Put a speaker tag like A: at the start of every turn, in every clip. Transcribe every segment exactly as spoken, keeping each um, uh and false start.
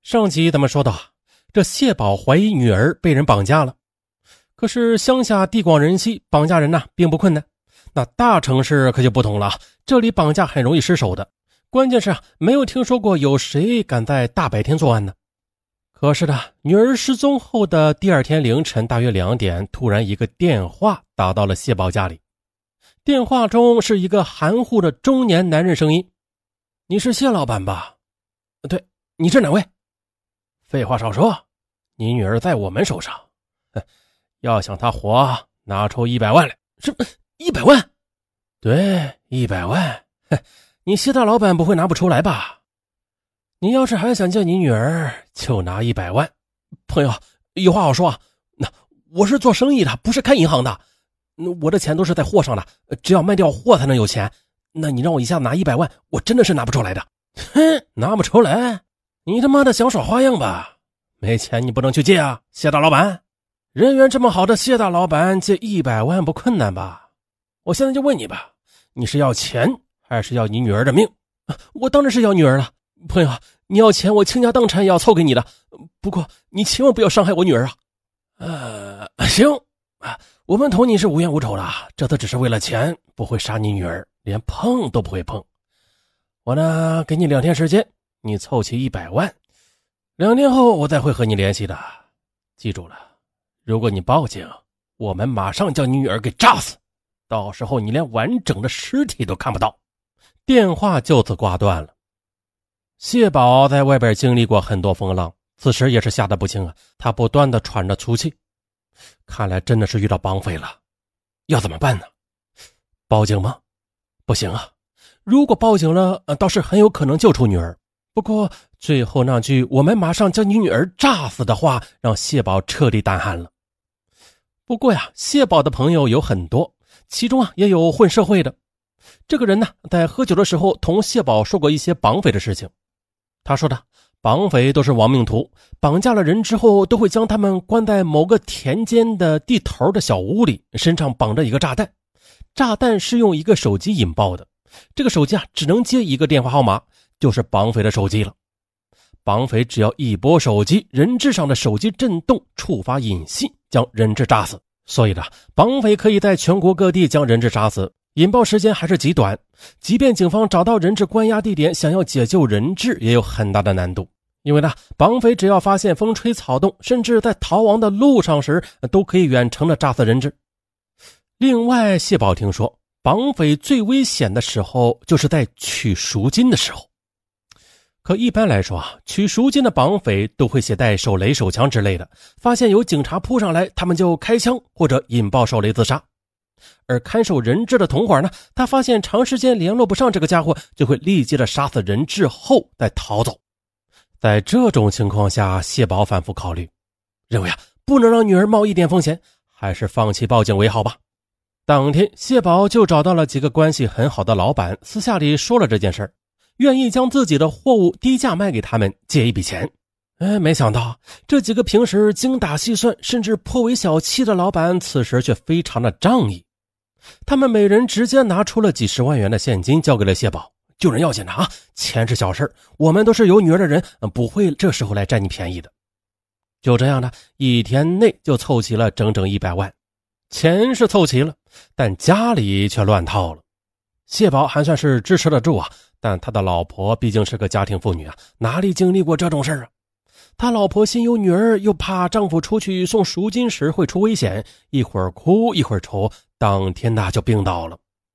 A: 上集咱们说到啊，这谢宝怀疑女儿被人绑架了。可是乡下地广人稀，绑架人呢、啊、并不困难。那大城市可就不同了，这里绑架很容易失手的。关键是啊，没有听说过有谁敢在大白天作案呢。可是的，女儿失踪后的第二天凌晨大约两点，突然一个电话打到了谢宝家里。电话中是一个含糊的中年男人声音：“你是谢老板吧？”“对，你是哪位？”“废话少说，你女儿在我们手上，要想她活，拿出一百万来。”“什么？一百万？”“对，一百万。你谢大老板不会拿不出来吧？你要是还想见你女儿，就拿一百万。”“朋友，有话好说啊，那我是做生意的，不是开银行的。我的钱都是在货上的，只要卖掉货才能有钱。那你让我一下拿一百万，我真的是拿不出来的。”“哼，拿不出来？你他妈的想耍花样吧？没钱你不能去借啊，谢大老板。人缘这么好的谢大老板借一百万不困难吧？我现在就问你吧，你是要钱还是要你女儿的命？”“我当然是要女儿了。朋友，你要钱我倾家荡产也要凑给你的，不过你千万不要伤害我女儿啊。”“呃，行啊，我们同你是无冤无仇的，这次只是为了钱，不会杀你女儿，连碰都不会碰。我呢，给你两天时间，你凑齐一百万，两天后我再会和你联系的。记住了，如果你报警，我们马上将你女儿给炸死，到时候你连完整的尸体都看不到。”电话就此挂断了。谢宝在外边经历过很多风浪，此时也是吓得不轻啊，他不断的喘着粗气。看来真的是遇到绑匪了，要怎么办呢？报警吗？不行啊，如果报警了，倒是很有可能救出女儿。不过最后那句“我们马上将你女儿炸死”的话，让谢宝彻底胆寒了。不过呀，谢宝的朋友有很多，其中啊也有混社会的。这个人呢，在喝酒的时候同谢宝说过一些绑匪的事情。他说的，绑匪都是亡命徒，绑架了人之后都会将他们关在某个田间的地头的小屋里，身上绑着一个炸弹，炸弹是用一个手机引爆的，这个手机啊只能接一个电话号码，就是绑匪的手机了。绑匪只要一拨手机，人质上的手机震动触发引信，将人质炸死。所以呢，绑匪可以在全国各地将人质杀死，引爆时间还是极短，即便警方找到人质关押地点，想要解救人质也有很大的难度。因为呢，绑匪只要发现风吹草动，甚至在逃亡的路上时，都可以远程的炸死人质。另外，谢宝听说，绑匪最危险的时候就是在取赎金的时候。可一般来说啊，取赎金的绑匪都会携带手雷、手枪之类的，发现有警察扑上来，他们就开枪或者引爆手雷自杀。而看守人质的同伙呢，他发现长时间联络不上这个家伙，就会立即的杀死人质后再逃走。在这种情况下，谢宝反复考虑，认为啊，不能让女儿冒一点风险，还是放弃报警为好吧。当天，谢宝就找到了几个关系很好的老板，私下里说了这件事儿，愿意将自己的货物低价卖给他们，借一笔钱。哎，没想到这几个平时精打细算甚至颇为小气的老板，此时却非常的仗义。他们每人直接拿出了几十万元的现金交给了谢宝。救人要紧的啊，钱是小事，我们都是有女儿的人，不会这时候来占你便宜的。就这样呢，一天内就凑齐了整整一百万。钱是凑齐了，但家里却乱套了。谢宝还算是支持得住啊，但他的老婆毕竟是个家庭妇女啊，哪里经历过这种事啊？他老婆心有女儿，又怕丈夫出去送赎金时会出危险，一会儿哭一会儿愁，当天呐就病倒了。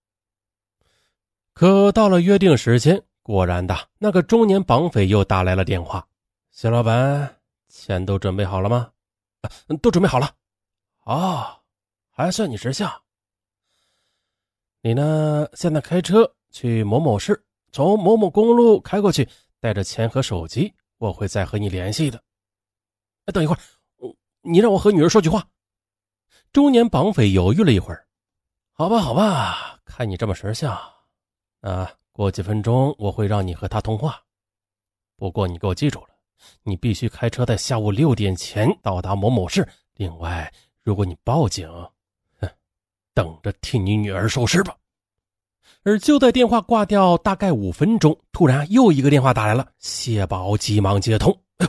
A: 可到了约定时间，果然的，那个中年绑匪又打来了电话：“谢老板，钱都准备好了吗？”“啊，都准备好了。”“哦，还算你识相。你呢，现在开车去某某市，从某某公路开过去，带着钱和手机，我会再和你联系的。”“哎，等一会儿，你让我和女儿说句话。”中年绑匪犹豫了一会儿：“好吧，好吧，看你这么识相。啊，过几分钟我会让你和他通话。不过你给我记住了，你必须开车在下午六点前到达某某市。另外，如果你报警，哼，等着替你女儿收尸吧。”而就在电话挂掉大概五分钟，突然又一个电话打来了。谢宝急忙接通：“哎呦，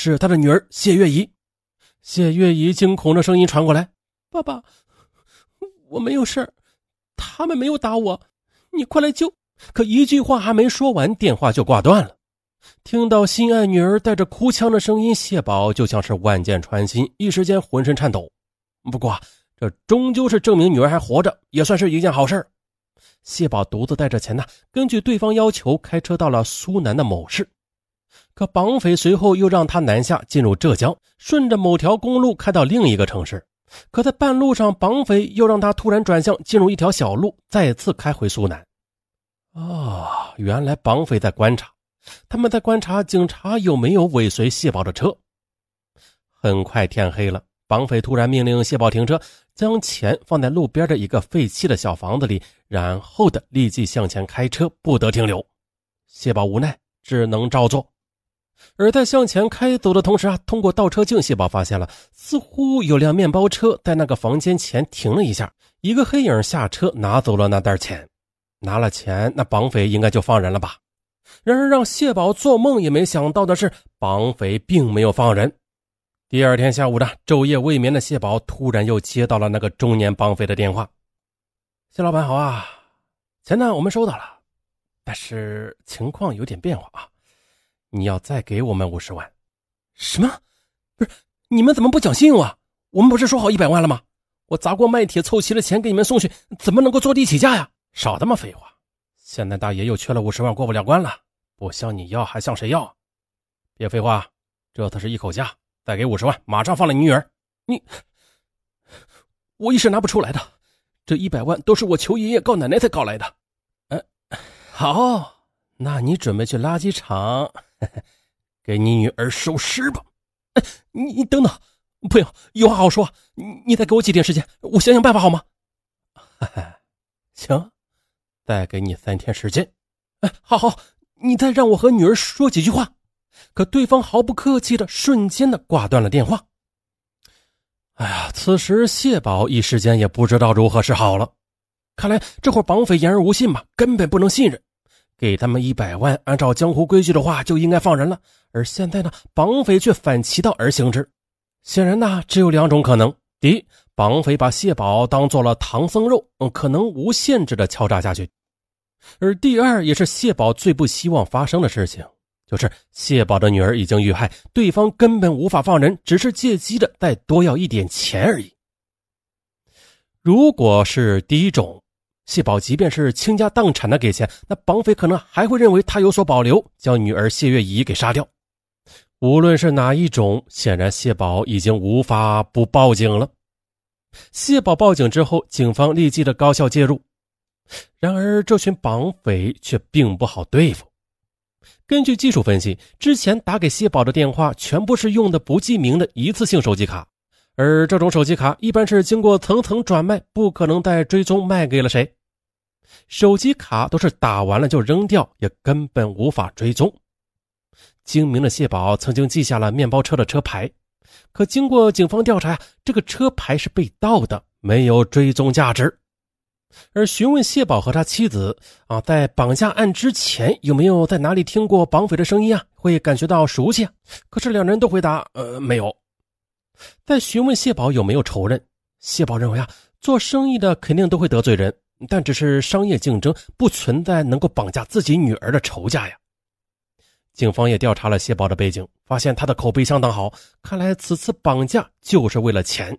A: 是他的女儿谢月怡。谢月怡惊恐的声音传过来：爸爸，我没有事儿，他们没有打我，你快来救。可一句话还没说完，电话就挂断了。听到心爱女儿带着哭腔的声音，谢宝就像是万箭穿心，一时间浑身颤抖。不过这终究是证明女儿还活着，也算是一件好事。谢宝独自带着钱呢，根据对方要求开车到了苏南的某市。可绑匪随后又让他南下进入浙江，顺着某条公路开到另一个城市。可在半路上，绑匪又让他突然转向进入一条小路，再次开回苏南。哦，原来绑匪在观察，他们在观察警察有没有尾随谢宝的车。很快天黑了，绑匪突然命令谢宝停车，将钱放在路边的一个废弃的小房子里，然后的立即向前开车，不得停留。谢宝无奈，只能照做。而在向前开走的同时啊，通过倒车镜，谢宝发现了似乎有辆面包车在那个房间前停了一下，一个黑影下车拿走了那袋钱。拿了钱，那绑匪应该就放人了吧。然而让谢宝做梦也没想到的是，绑匪并没有放人。第二天下午的昼夜未眠的谢宝突然又接到了那个中年绑匪的电话。谢老板好啊，钱呢我们收到了，但是情况有点变化啊，你要再给我们五十万。什么？不是，你们怎么不讲信用啊？我们不是说好一百万了吗？我砸锅卖铁凑齐了钱给你们送去，怎么能够坐地起价呀？少他妈废话，现在大爷又缺了五十万，过不了关了，不向你要还向谁要？别废话，这次是一口价，再给五十万，马上放了你女儿。你，我一时拿不出来的，这一百万都是我求爷爷告奶奶才搞来的。呃，好，那你准备去垃圾场呵呵给你女儿收尸吧。哎，你你等等，不要，有话好说，你你再给我几天时间，我想想办法好吗？哈哈，行，再给你三天时间。哎，好好，你再让我和女儿说几句话。可对方毫不客气的瞬间的挂断了电话。哎呀，此时谢宝一时间也不知道如何是好了。看来这会儿绑匪言而无信嘛，根本不能信任。给他们一百万，按照江湖规矩的话就应该放人了，而现在呢，绑匪却反其道而行之。显然呢，只有两种可能：第一，绑匪把谢宝当做了唐僧肉，嗯，可能无限制的敲诈下去；而第二，也是谢宝最不希望发生的事情，就是谢宝的女儿已经遇害，对方根本无法放人，只是借机的再多要一点钱而已。如果是第一种，谢宝即便是倾家荡产的给钱，那绑匪可能还会认为他有所保留，将女儿谢月怡给杀掉。无论是哪一种，显然谢宝已经无法不报警了。谢宝报警之后，警方立即的高效介入。然而这群绑匪却并不好对付。根据技术分析，之前打给谢宝的电话全部是用的不记名的一次性手机卡，而这种手机卡一般是经过层层转卖，不可能再追踪卖给了谁。手机卡都是打完了就扔掉，也根本无法追踪。精明的谢宝曾经记下了面包车的车牌，可经过警方调查，这个车牌是被盗的，没有追踪价值。而询问谢宝和他妻子啊，在绑架案之前有没有在哪里听过绑匪的声音啊，会感觉到熟悉啊？可是两人都回答呃没有。在询问谢宝有没有仇人，谢宝认为啊，做生意的肯定都会得罪人，但只是商业竞争，不存在能够绑架自己女儿的仇家呀。警方也调查了谢宝的背景，发现他的口碑相当好，看来此次绑架就是为了钱。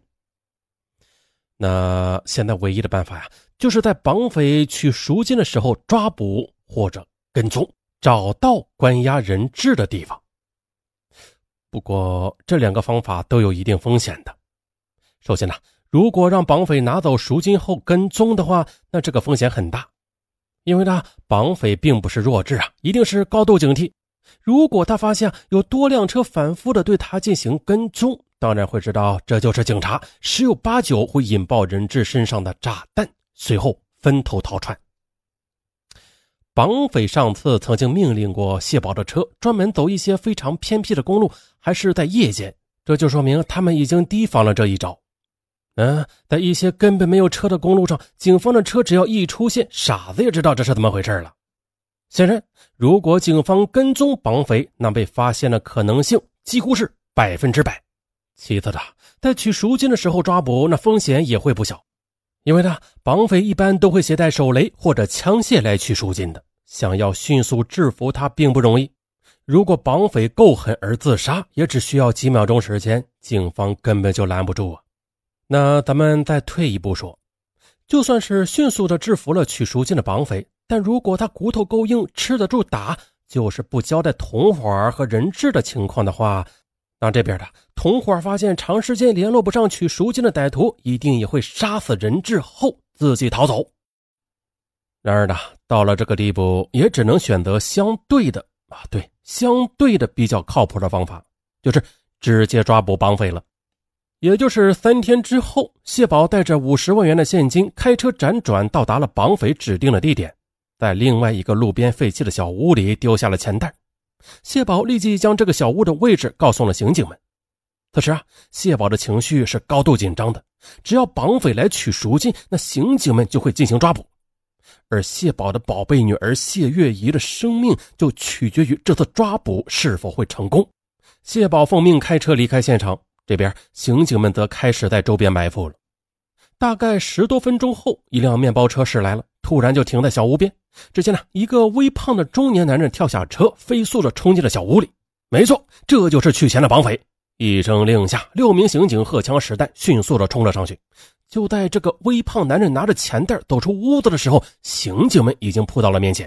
A: 那现在唯一的办法呀，就是在绑匪取赎金的时候抓捕或者跟踪，找到关押人质的地方。不过这两个方法都有一定风险的。首先呢，如果让绑匪拿走赎金后跟踪的话，那这个风险很大。因为呢，绑匪并不是弱智啊，一定是高度警惕。如果他发现有多辆车反复的对他进行跟踪，当然会知道这就是警察，十有八九会引爆人质身上的炸弹，随后分头逃窜。绑匪上次曾经命令过谢宝的车专门走一些非常偏僻的公路，还是在夜间，这就说明他们已经提防了这一招。嗯，在一些根本没有车的公路上，警方的车只要一出现，傻子也知道这是怎么回事了。显然，如果警方跟踪绑匪，那被发现的可能性几乎是百分之百。其次的，在取赎金的时候抓捕，那风险也会不小。因为呢，绑匪一般都会携带手雷或者枪械来取赎金的，想要迅速制服他并不容易。如果绑匪够狠而自杀，也只需要几秒钟时间，警方根本就拦不住啊。那咱们再退一步说，就算是迅速的制服了取赎金的绑匪，但如果他骨头够硬，吃得住打，就是不交代同伙和人质的情况的话，那这边的同伙发现长时间联络不上取赎金的歹徒，一定也会杀死人质后自己逃走。然而呢，到了这个地步，也只能选择相对的啊，对，相对的比较靠谱的方法，就是直接抓捕绑匪了。也就是三天之后，谢宝带着五十万元的现金开车辗转到达了绑匪指定的地点，在另外一个路边废弃的小屋里丢下了钱袋。谢宝立即将这个小屋的位置告诉了刑警们。此时啊，谢宝的情绪是高度紧张的，只要绑匪来取赎金，那刑警们就会进行抓捕。而谢宝的宝贝女儿谢月怡的生命就取决于这次抓捕是否会成功。谢宝奉命开车离开现场，这边刑警们则开始在周边埋伏了。大概十多分钟后，一辆面包车驶来了，突然就停在小屋边。只见呢，一个微胖的中年男人跳下车，飞速地冲进了小屋里。没错，这就是取钱的绑匪。一声令下，六名刑警荷枪实弹，迅速地冲了上去。就在这个微胖男人拿着钱袋走出屋子的时候，刑警们已经扑到了面前。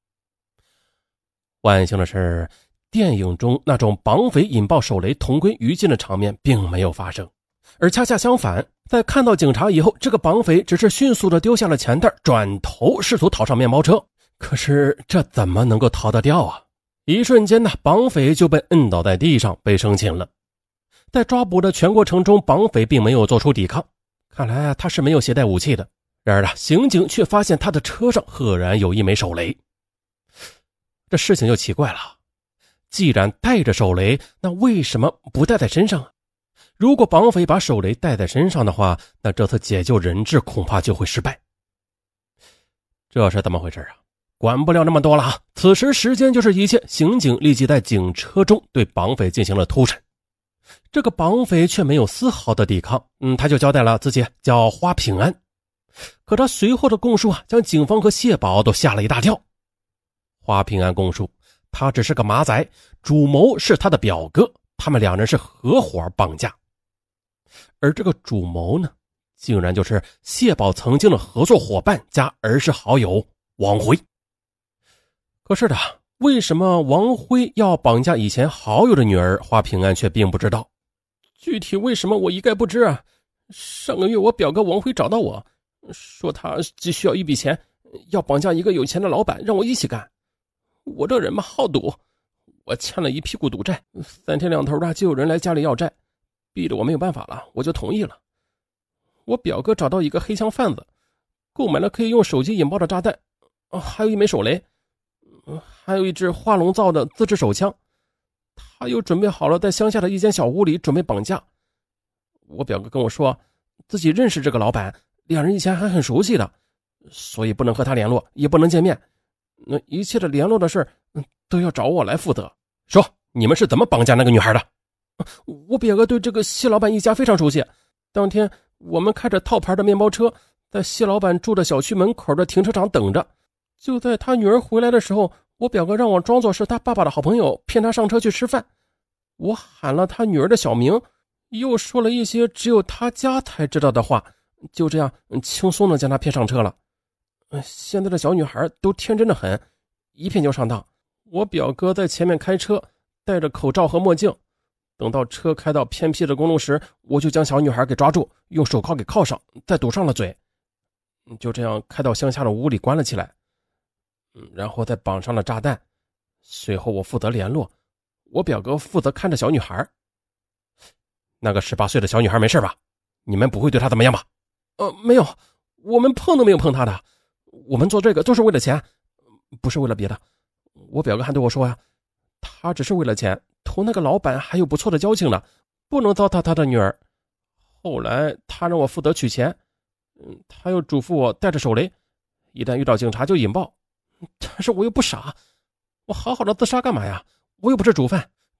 A: 万幸的是，电影中那种绑匪引爆手雷同归于尽的场面并没有发生，而恰恰相反，在看到警察以后，这个绑匪只是迅速地丢下了钱袋，转头试图逃上面包车。可是这怎么能够逃得掉啊？一瞬间呢，绑匪就被摁倒在地上，被生擒了。在抓捕的全过程中，绑匪并没有做出抵抗，看来啊他是没有携带武器的。然而呢，刑警却发现他的车上赫然有一枚手雷。这事情就奇怪了，既然带着手雷，那为什么不带在身上啊？如果绑匪把手雷带在身上的话，那这次解救人质恐怕就会失败。这是怎么回事啊？管不了那么多了啊！此时时间就是一切，刑警立即在警车中对绑匪进行了突审。这个绑匪却没有丝毫的抵抗，嗯，他就交代了自己叫花平安。可他随后的供述啊，将警方和谢宝都吓了一大跳。花平安供述，他只是个马仔，主谋是他的表哥，他们两人是合伙绑架。而这个主谋呢，竟然就是谢宝曾经的合作伙伴加儿时好友王辉。可是的，为什么王辉要绑架以前好友的女儿，花平安却并不知道。具体为什么我一概不知啊。上个月我表哥王辉找到我，说他急需要一笔钱，要绑架一个有钱的老板，让我一起干。我这人嘛，好赌，我欠了一屁股赌债，三天两头的就有人来家里要债，逼得我没有办法了，我就同意了。我表哥找到一个黑枪贩子，购买了可以用手机引爆的炸弹，还有一枚手雷，还有一支化龙造的自制手枪。他又准备好了在乡下的一间小屋里准备绑架。我表哥跟我说自己认识这个老板，两人以前还很熟悉的，所以不能和他联络，也不能见面，那一切的联络的事都要找我来负责。说你们是怎么绑架那个女孩的？我表哥对这个谢老板一家非常熟悉，当天我们开着套牌的面包车在谢老板住的小区门口的停车场等着。就在他女儿回来的时候，我表哥让我装作是他爸爸的好朋友，骗他上车去吃饭。我喊了他女儿的小名，又说了一些只有他家才知道的话，就这样轻松的将他骗上车了。现在的小女孩都天真的很，一骗就上当。我表哥在前面开车，戴着口罩和墨镜，等到车开到偏僻的公路时，我就将小女孩给抓住，用手铐给铐上，再堵上了嘴，就这样开到乡下的屋里关了起来，然后再绑上了炸弹。随后我负责联络，我表哥负责看着小女孩。那个十八岁的小女孩没事吧？你们不会对她怎么样吧？呃，没有，我们碰都没有碰她的。我们做这个都是为了钱，不是为了别的。我表哥还对我说呀，他只是为了钱，同那个老板还有不错的交情呢，不能糟蹋他的女儿。后来他让我负责取钱，嗯，他又嘱咐我带着手雷，一旦遇到警察就引爆。但是我又不傻，我好好的自杀干嘛呀？我又不是主犯，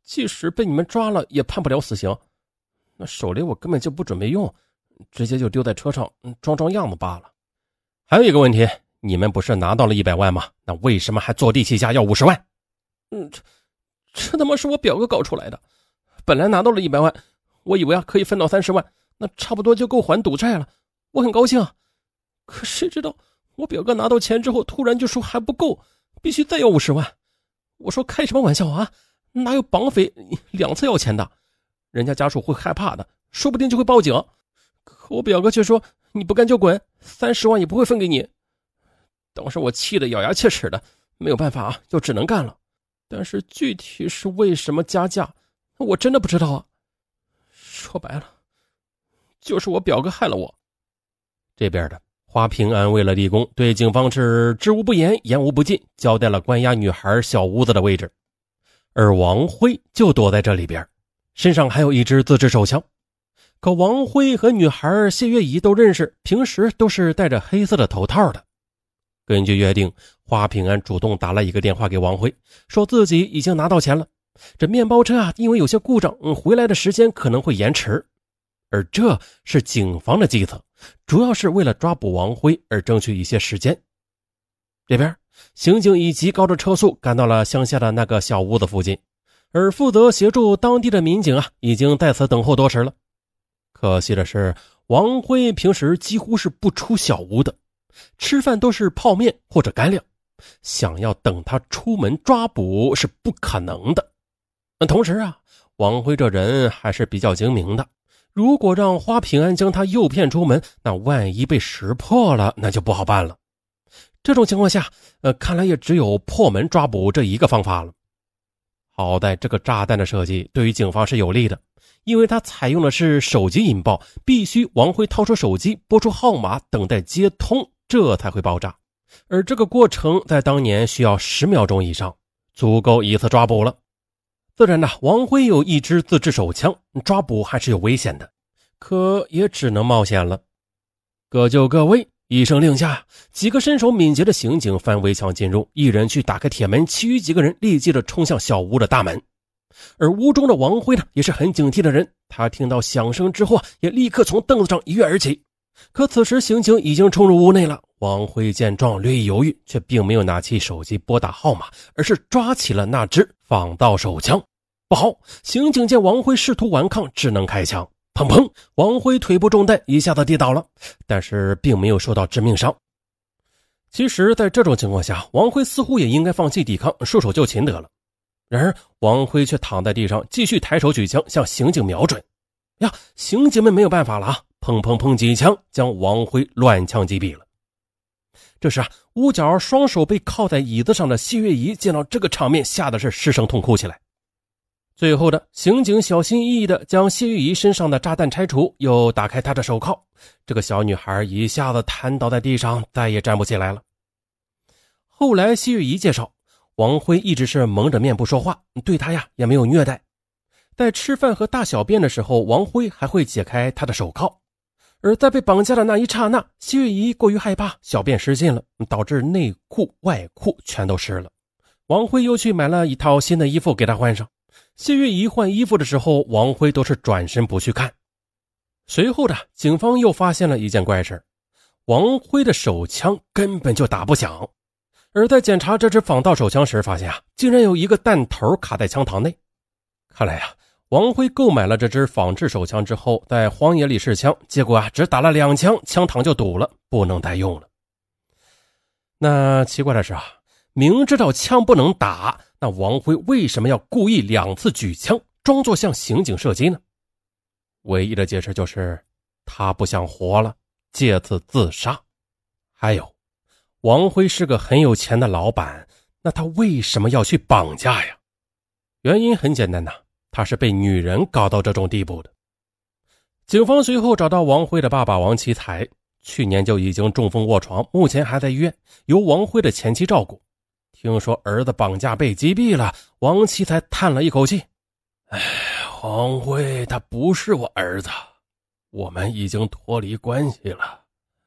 A: 即使被你们抓了也判不了死刑。那手雷我根本就不准备用，直接就丢在车上装装样子罢了。还有一个问题，你们不是拿到了一百万吗？那为什么还坐地起价要五十万？嗯，这这他妈是我表哥搞出来的。本来拿到了一百万，我以为啊可以分到三十万，那差不多就够还赌债了，我很高兴。可谁知道我表哥拿到钱之后突然就说还不够，必须再要五十万。我说开什么玩笑啊，哪有绑匪两次要钱的，人家家属会害怕的，说不定就会报警。可我表哥却说你不干就滚，三十万也不会分给你。当时我气得咬牙切齿的，没有办法啊，就只能干了。但是具体是为什么加价，我真的不知道啊。说白了，就是我表哥害了我。这边的花平安为了立功，对警方是知无不言，言无不尽，交代了关押女孩小屋子的位置。而王辉就躲在这里边，身上还有一支自制手枪。可王辉和女孩谢月怡都认识，平时都是戴着黑色的头套的。根据约定，花平安主动打了一个电话给王辉，说自己已经拿到钱了，这面包车啊因为有些故障，嗯，回来的时间可能会延迟。而这是警方的计策，主要是为了抓捕王辉而争取一些时间。这边刑警以极高的车速赶到了乡下的那个小屋子附近，而负责协助当地的民警啊已经在此等候多时了。可惜的是，王辉平时几乎是不出小屋的，吃饭都是泡面或者干粮，想要等他出门抓捕是不可能的。同时啊，王辉这人还是比较精明的，如果让花平安将他诱骗出门，那万一被识破了，那就不好办了。这种情况下，呃，看来也只有破门抓捕这一个方法了。好在这个炸弹的设计对于警方是有利的，因为它采用的是手机引爆，必须王辉掏出手机拨出号码等待接通，这才会爆炸。而这个过程在当年需要十秒钟以上，足够一次抓捕了。自然呢，王辉有一支自制手枪，抓捕还是有危险的，可也只能冒险了。各就各位，一声令下，几个身手敏捷的刑警翻围墙进入，一人去打开铁门，其余几个人立即的冲向小屋的大门。而屋中的王辉呢，也是很警惕的人，他听到响声之后也立刻从凳子上一跃而起。可此时刑警已经冲入屋内了，王辉见状略一犹豫，却并没有拿起手机拨打号码，而是抓起了那只仿造手枪。不好，刑警见王辉试图顽抗，只能开枪。砰砰，王辉腿部中弹，一下子跌倒了，但是并没有受到致命伤。其实在这种情况下，王辉似乎也应该放弃抵抗，束手就擒得了。然而王辉却躺在地上，继续抬手举枪向刑警瞄准。呀，刑警们没有办法了啊！砰砰砰几枪将王辉乱枪击毙了。这时啊，屋角双手被靠在椅子上的谢月怡见到这个场面，吓得是失声痛哭起来。最后的刑警小心翼翼地将谢月怡身上的炸弹拆除，又打开她的手铐。这个小女孩一下子瘫倒在地上，再也站不起来了。后来谢月怡介绍，王辉一直是蒙着面不说话，对她呀也没有虐待。在吃饭和大小便的时候，王辉还会解开她的手铐。而在被绑架的那一刹那，谢月怡过于害怕，小便失禁了，导致内裤外裤全都湿了。王辉又去买了一套新的衣服给她换上。谢月怡换衣服的时候，王辉都是转身不去看。随后的警方又发现了一件怪事，王辉的手枪根本就打不响。而在检查这支仿造手枪时，发现啊，竟然有一个弹头卡在枪膛内。看来啊，王辉购买了这支仿制手枪之后，在荒野里试枪，结果啊，只打了两枪，枪膛就堵了，不能再用了。那奇怪的是啊，明知道枪不能打，那王辉为什么要故意两次举枪，装作向刑警射击呢？唯一的解释就是他不想活了，借此自杀。还有，王辉是个很有钱的老板，那他为什么要去绑架呀？原因很简单呐，他是被女人搞到这种地步的。警方随后找到王辉的爸爸王奇才，去年就已经中风卧床，目前还在医院，由王辉的前妻照顾。听说儿子绑架被击毙了，王奇才叹了一口气，哎，王辉他不是我儿子，我们已经脱离关系了。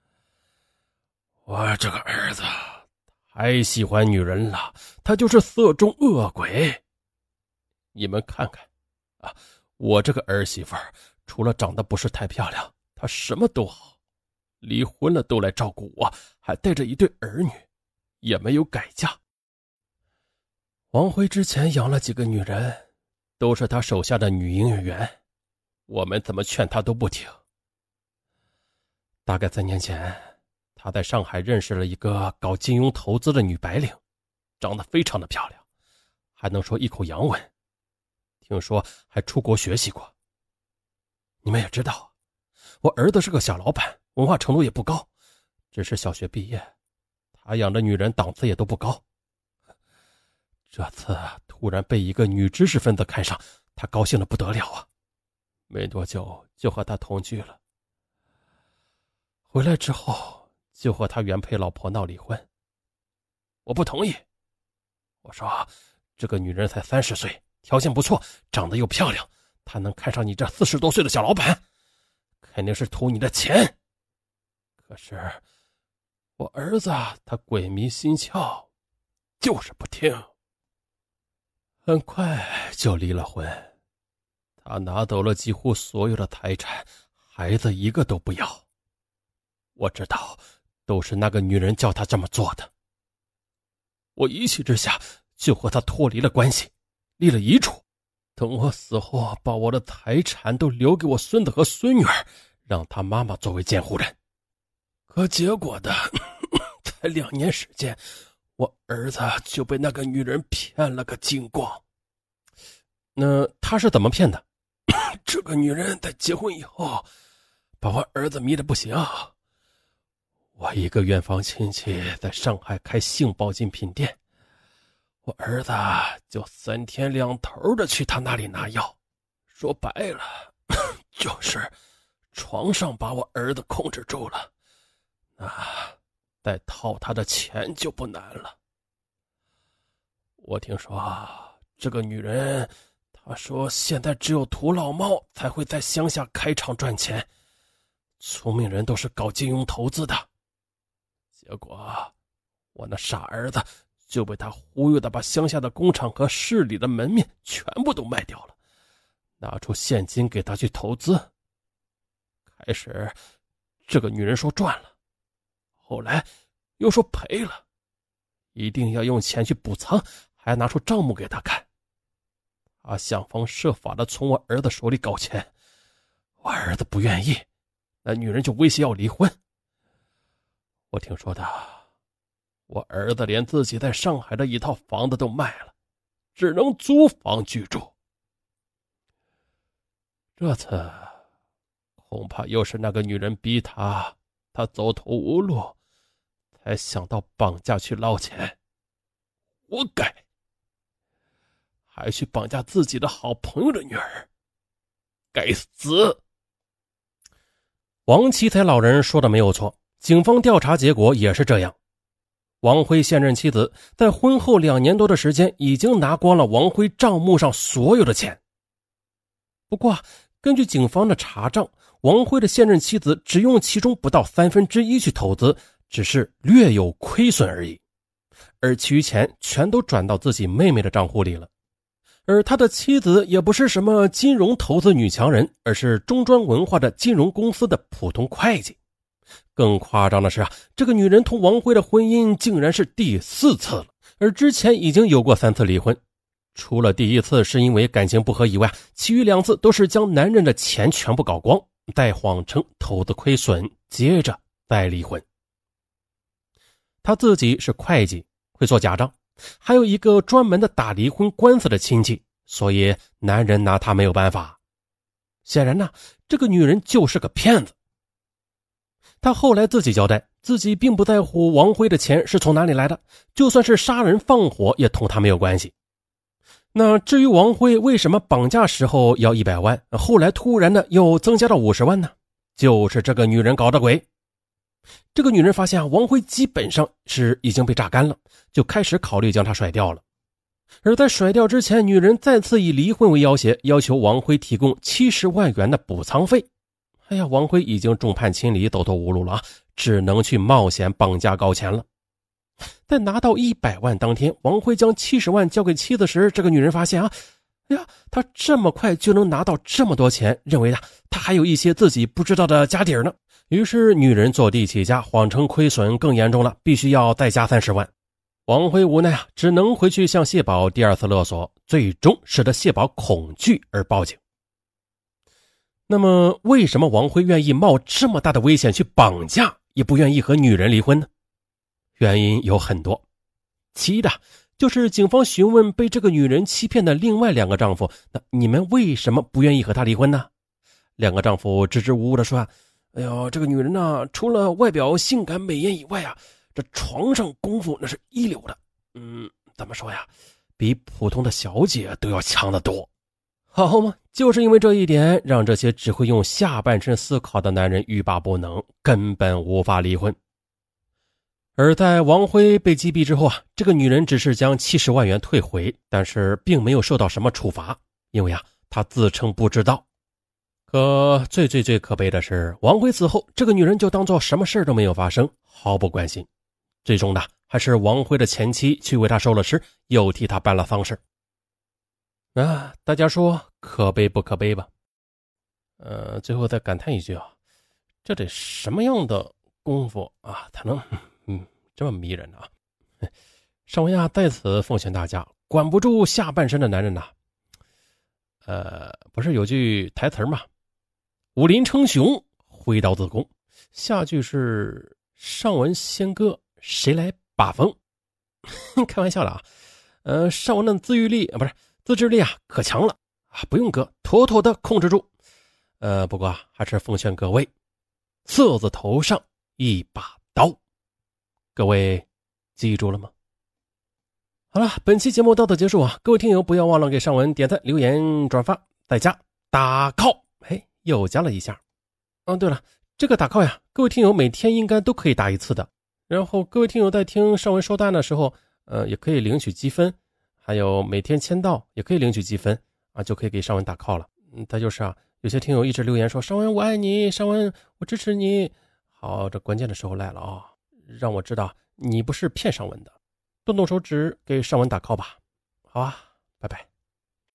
A: 我这个儿子太喜欢女人了，他就是色中恶鬼。 你们看看啊，我这个儿媳妇儿除了长得不是太漂亮，她什么都好，离婚了都来照顾我，还带着一对儿女，也没有改嫁。王辉之前养了几个女人，都是他手下的女营业员，我们怎么劝他都不听。大概三年前，他在上海认识了一个搞金融投资的女白领，长得非常的漂亮，还能说一口洋文，听说还出国学习过。你们也知道，我儿子是个小老板，文化程度也不高，只是小学毕业，他养的女人档次也都不高。这次突然被一个女知识分子看上，他高兴得不得了啊！没多久就和他同居了。回来之后就和他原配老婆闹离婚，我不同意。我说这个女人才三十岁，条件不错，长得又漂亮，她能看上你这四十多岁的小老板，肯定是图你的钱。可是我儿子他鬼迷心窍，就是不听。很快就离了婚，他拿走了几乎所有的财产，孩子一个都不要。我知道都是那个女人叫他这么做的。我一气之下就和他脱离了关系，立了遗嘱，等我死后把我的财产都留给我孙子和孙女儿，让他妈妈作为监护人。可结果的才两年时间，我儿子就被那个女人骗了个精光。那他是怎么骗的？这个女人在结婚以后把我儿子迷得不行。我一个远房亲戚在上海开性保健品店，我儿子就三天两头的去他那里拿药，说白了就是床上把我儿子控制住了，那再套他的钱就不难了。我听说这个女人，她说现在只有土老帽才会在乡下开厂赚钱，聪明人都是搞金融投资的。结果我那傻儿子就被他忽悠的把乡下的工厂和市里的门面全部都卖掉了，拿出现金给他去投资。开始这个女人说赚了，后来又说赔了，一定要用钱去补仓，还拿出账目给他看。他想方设法的从我儿子手里搞钱，我儿子不愿意，那女人就威胁要离婚。我听说的，我儿子连自己在上海的一套房子都卖了，只能租房居住。这次恐怕又是那个女人逼他，他走投无路，才想到绑架去捞钱。活该！还去绑架自己的好朋友的女儿，该死！王奇才老人说的没有错，警方调查结果也是这样。王辉现任妻子在婚后两年多的时间已经拿光了王辉账目上所有的钱。不过根据警方的查账，王辉的现任妻子只用其中不到三分之一去投资，只是略有亏损而已，而其余钱全都转到自己妹妹的账户里了。而他的妻子也不是什么金融投资女强人，而是中专文化的金融公司的普通会计。更夸张的是啊，这个女人同王辉的婚姻竟然是第四次了，而之前已经有过三次离婚，除了第一次是因为感情不合以外，其余两次都是将男人的钱全部搞光，再谎称投资亏损，接着再离婚。他自己是会计，会做假账，还有一个专门的打离婚官司的亲戚，所以男人拿他没有办法。显然呢，这个女人就是个骗子。他后来自己交代，自己并不在乎王辉的钱是从哪里来的，就算是杀人放火也同他没有关系。那至于王辉为什么绑架时候要一百万，后来突然的又增加到五十万呢？就是这个女人搞的鬼。这个女人发现王辉基本上是已经被榨干了，就开始考虑将他甩掉了。而在甩掉之前，女人再次以离婚为要挟，要求王辉提供七十万元的补偿费。哎呀，王辉已经众叛亲离，走投无路了，只能去冒险绑架搞钱了。在拿到一百万当天，王辉将七十万交给妻子时，这个女人发现啊， 哎呀，他这么快就能拿到这么多钱，认为啊，他还有一些自己不知道的家底儿呢。于是女人坐地起价，谎称亏损更严重了，必须要再加三十万。王辉无奈啊，只能回去向谢宝第二次勒索，最终使得谢宝恐惧而报警。那么为什么王辉愿意冒这么大的危险去绑架，也不愿意和女人离婚呢？原因有很多，其一的就是警方询问被这个女人欺骗的另外两个丈夫，那你们为什么不愿意和她离婚呢？两个丈夫支支吾吾地说，哎呦，这个女人呢、啊，除了外表性感美艳以外啊，这床上功夫那是一流的。嗯，怎么说呀，比普通的小姐都要强得多。好嘛，就是因为这一点，让这些只会用下半身思考的男人欲罢不能，根本无法离婚。而在王辉被击毙之后啊，这个女人只是将七十万元退回，但是并没有受到什么处罚，因为啊，她自称不知道。可最最最可悲的是，王辉死后，这个女人就当作什么事都没有发生，毫不关心。最终呢，还是王辉的前妻去为他收了尸，又替他办了丧事。啊，大家说可悲不可悲吧？呃，最后再感叹一句啊，这得什么样的功夫啊，才能嗯这么迷人啊？尚文啊，在此奉劝大家，管不住下半身的男人呐、啊。呃，不是有句台词吗？武林称雄，挥刀自宫。下句是尚文仙歌，谁来把风？开玩笑了啊。呃，尚文的自愈力啊，不是自制力啊，可强了啊，不用割，妥妥的控制住。呃，不过啊，还是奉劝各位，色字头上一把刀，各位记住了吗？好了，本期节目到此结束啊！各位听友不要忘了给尚文点赞、留言、转发，再加打 call， 嘿，又加了一下。嗯，对了，这个打 call 呀，各位听友每天应该都可以打一次的。然后各位听友在听尚文说单的时候，呃，也可以领取积分，还有每天签到也可以领取积分啊，就可以给尚文打 call 了。嗯，他就是啊，有些听友一直留言说尚文我爱你，尚文我支持你。好，这关键的时候来了啊，让我知道你不是骗尚文的。动动手指给尚文打 call 吧。好啊，拜拜。